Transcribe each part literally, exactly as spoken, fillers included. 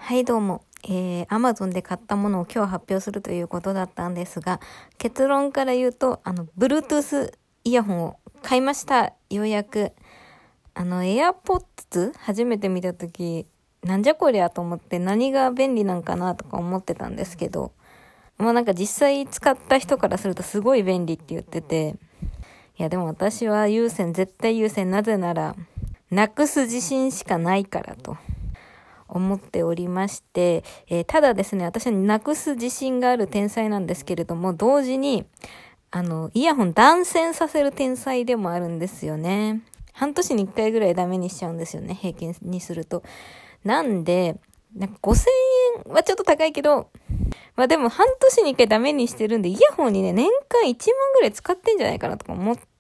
はいどうも、えー、Amazon で買ったものを今日発表するということだったんですが、結論から言うと、あの、Bluetooth イヤホンを買いました。ようやく。あの、AirPods 初めて見たとき、なんじゃこりゃと思って何が便利なんかなとか思ってたんですけど、まあなんか実際使った人からするとすごい便利って言ってて、いやでも私は優先、絶対優先、なぜなら、なくす自信しかないからと思っておりまして、えー、ただですね、私はなくす自信がある天才なんですけれども、同時に、あの、イヤホン断線させる天才でもあるんですよね。半年にいっかいぐらいダメにしちゃうんですよね、平均にすると。なんで、なんかごせんえんはちょっと高いけど、まあでも半年にいっかいダメにしてるんで、イヤホンにね、年間いちまんぐらい使ってんじゃないかなとか思って、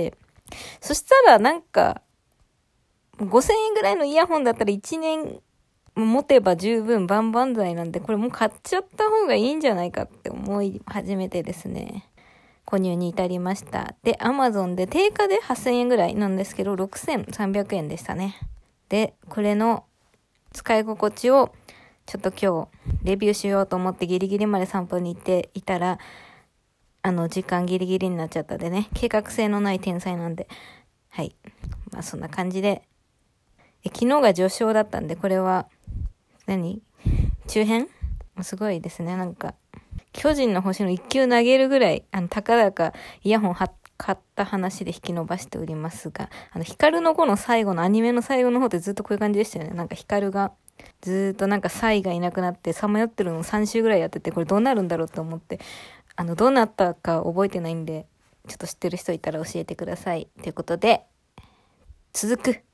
そしたらなんか、ごせんえんぐらいのイヤホンだったらいちねん持てば十分万々歳なんで、これもう買っちゃった方がいいんじゃないかって思い始めてですね、購入に至りました。で、Amazon で定価ではっせんえんぐらいなんですけど、ろくせんさんびゃくえんでしたね。で、これの使い心地をちょっと今日レビューしようと思ってギリギリまで散歩に行っていたら、あの時間ギリギリになっちゃったんでね、計画性のない天才なんで、はい。まあそんな感じで、え昨日が序章だったんで、これは、何中編すごいですね。なんか、巨人の星の一球投げるぐらい、あの、たかだかイヤホンは買った話で引き伸ばしておりますが、あの、ヒカルの子の最後の、アニメの最後の方ってずっとこういう感じでしたよね。なんかヒカルが、ずーっとなんかサイがいなくなって、さまよってるのをさん週ぐらいやってて、これどうなるんだろうと思って、あの、どうなったか覚えてないんで、ちょっと知ってる人いたら教えてください。ということで、続く。